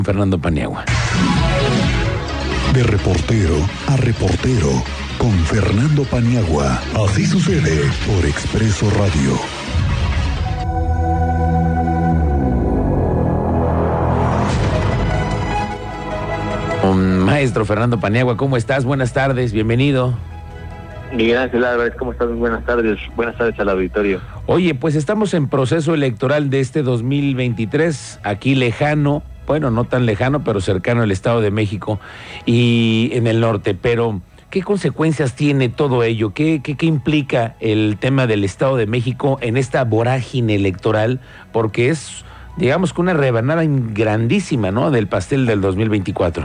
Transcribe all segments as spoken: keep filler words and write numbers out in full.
Fernando Paniagua. De reportero a reportero con Fernando Paniagua. Así sucede por Expreso Radio. Maestro Fernando Paniagua, ¿cómo estás? Buenas tardes, bienvenido. Miguel Ángel Álvarez, ¿cómo estás? Muy buenas tardes. Buenas tardes al auditorio. Oye, pues estamos en proceso electoral de este dos mil veintitrés, aquí lejano, bueno, no tan lejano, pero cercano al Estado de México y en el norte. Pero, ¿qué consecuencias tiene todo ello? ¿Qué, qué, qué implica el tema del Estado de México en esta vorágine electoral? Porque es, digamos que una rebanada grandísima, ¿no?, del pastel del dos mil veinticuatro.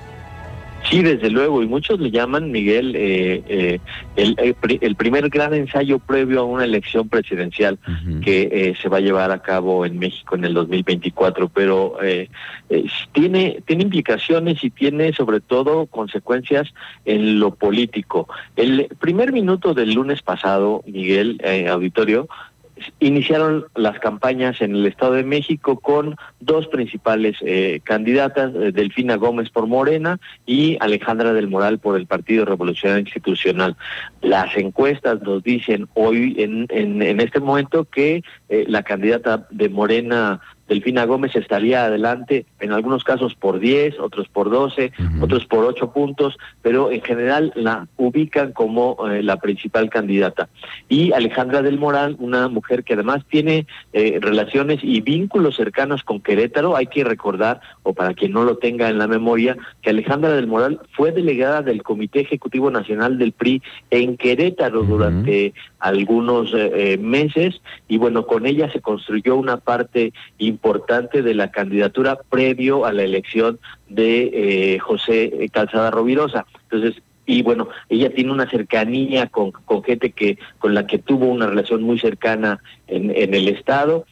Sí, desde luego, y muchos le llaman, Miguel, eh, eh, el, el, el primer gran ensayo previo a una elección presidencial uh-huh. que eh, se va a llevar a cabo en México en el dos mil veinticuatro, pero eh, eh, tiene, tiene implicaciones y tiene sobre todo consecuencias en lo político. El primer minuto del lunes pasado, Miguel, eh, auditorio, iniciaron las campañas en el Estado de México con dos principales eh, candidatas, eh, Delfina Gómez por Morena y Alejandra del Moral por el Partido Revolucionario Institucional. Las encuestas nos dicen hoy, en, en, en este momento, que eh, la candidata de Morena, Delfina Gómez, estaría adelante, en algunos casos por diez, otros por doce, uh-huh. otros por ocho puntos, pero en general la ubican como eh, la principal candidata. Y Alejandra del Moral, una mujer que además tiene eh, relaciones y vínculos cercanos con Querétaro. Hay que recordar, o para quien no lo tenga en la memoria, que Alejandra del Moral fue delegada del Comité Ejecutivo Nacional del P R I en Querétaro uh-huh. durante algunos eh, meses, y bueno, con ella se construyó una parte importante de la candidatura previo a la elección de eh, José Calzada Rovirosa. Entonces, y bueno, ella tiene una cercanía con, con gente que con la que tuvo una relación muy cercana en, en el Estado.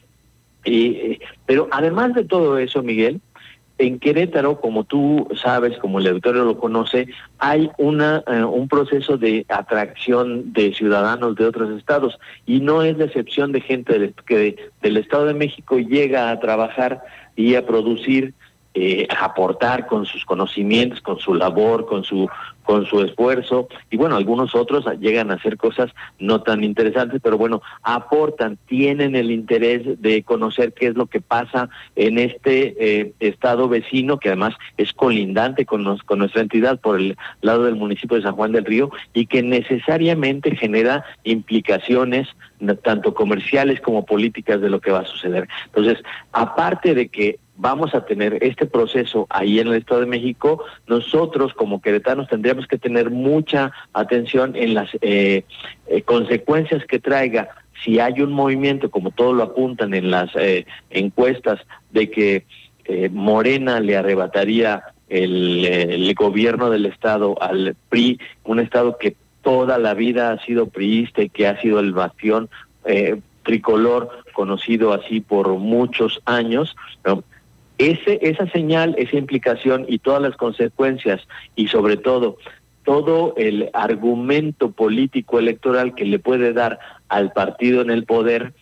Eh, pero además de todo eso, Miguel, en Querétaro, como tú sabes, como el auditorio lo conoce, hay una uh, un proceso de atracción de ciudadanos de otros estados, y no es la excepción de gente del, que del Estado de México llega a trabajar y a producir, eh, a aportar con sus conocimientos, con su labor, con su con su esfuerzo, y bueno, algunos otros llegan a hacer cosas no tan interesantes, pero bueno, aportan, tienen el interés de conocer qué es lo que pasa en este eh, estado vecino, que además es colindante con, nos, con nuestra entidad por el lado del municipio de San Juan del Río, y que necesariamente genera implicaciones tanto comerciales como políticas de lo que va a suceder. Entonces, aparte de que vamos a tener este proceso ahí en el Estado de México, nosotros como queretanos tendríamos que tener mucha atención en las eh, eh, consecuencias que traiga si hay un movimiento, como todos lo apuntan en las eh, encuestas, de que eh, Morena le arrebataría el, el gobierno del Estado al P R I, un Estado que toda la vida ha sido priista y que ha sido el bastión eh, tricolor conocido así por muchos años, ¿no? Ese, esa señal, esa implicación y todas las consecuencias, y sobre todo todo el argumento político electoral que le puede dar al partido en el poder,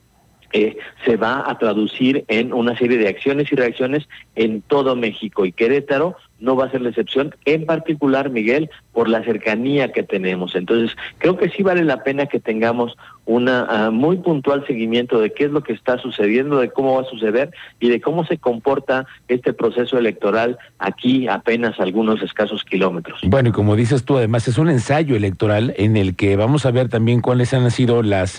eh, se va a traducir en una serie de acciones y reacciones en todo México, y Querétaro no va a ser la excepción, en particular, Miguel, por la cercanía que tenemos. Entonces, creo que sí vale la pena que tengamos una uh, muy puntual seguimiento de qué es lo que está sucediendo, de cómo va a suceder y de cómo se comporta este proceso electoral aquí apenas algunos escasos kilómetros. Bueno, y como dices tú, además es un ensayo electoral en el que vamos a ver también cuáles han sido las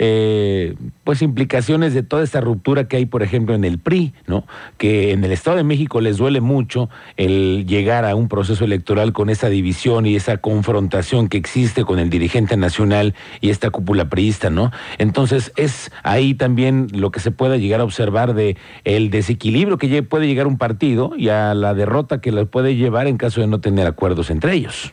eh, pues implicaciones de toda esta ruptura que hay, por ejemplo, en el P R I, ¿no? Que en el Estado de México les duele mucho el llegar a un proceso electoral con esa división y esa confrontación que existe con el dirigente nacional y esta cúpula priista, ¿no? Entonces es ahí también lo que se puede llegar a observar de el desequilibrio que puede llegar un partido y a la derrota que lo puede llevar en caso de no tener acuerdos entre ellos.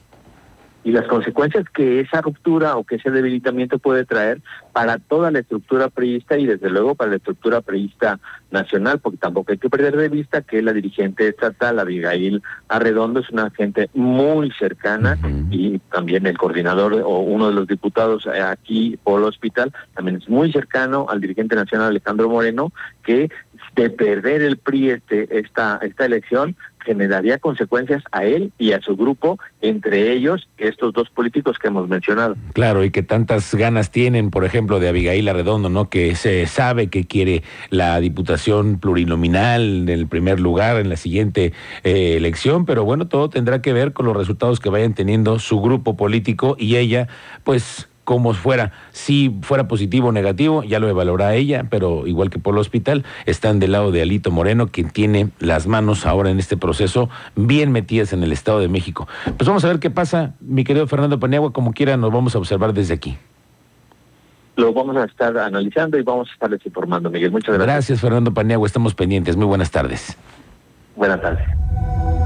Y las consecuencias que esa ruptura o que ese debilitamiento puede traer para toda la estructura priista y desde luego para la estructura priista nacional, porque tampoco hay que perder de vista que la dirigente estatal, Abigail Arredondo, es una gente muy cercana, uh-huh. y también el coordinador o uno de los diputados aquí, Polo Hospital, también es muy cercano al dirigente nacional Alejandro Moreno, que de perder el P R I este, esta, esta elección, generaría consecuencias a él y a su grupo, entre ellos estos dos políticos que hemos mencionado. Claro, y que tantas ganas tienen, por ejemplo, de Abigail Arredondo, ¿no? Que se sabe que quiere la diputación plurinominal en el primer lugar en la siguiente eh, elección, pero bueno, todo tendrá que ver con los resultados que vayan teniendo su grupo político y ella, pues, como fuera, si fuera positivo o negativo, ya lo evaluará ella, pero igual que por el hospital, están del lado de Alito Moreno, quien tiene las manos ahora en este proceso bien metidas en el Estado de México. Pues vamos a ver qué pasa, mi querido Fernando Paniagua, como quiera nos vamos a observar desde aquí. Lo vamos a estar analizando y vamos a estarles informando, Miguel. Muchas gracias. Gracias, Fernando Paniagua, estamos pendientes. Muy buenas tardes. Buenas tardes.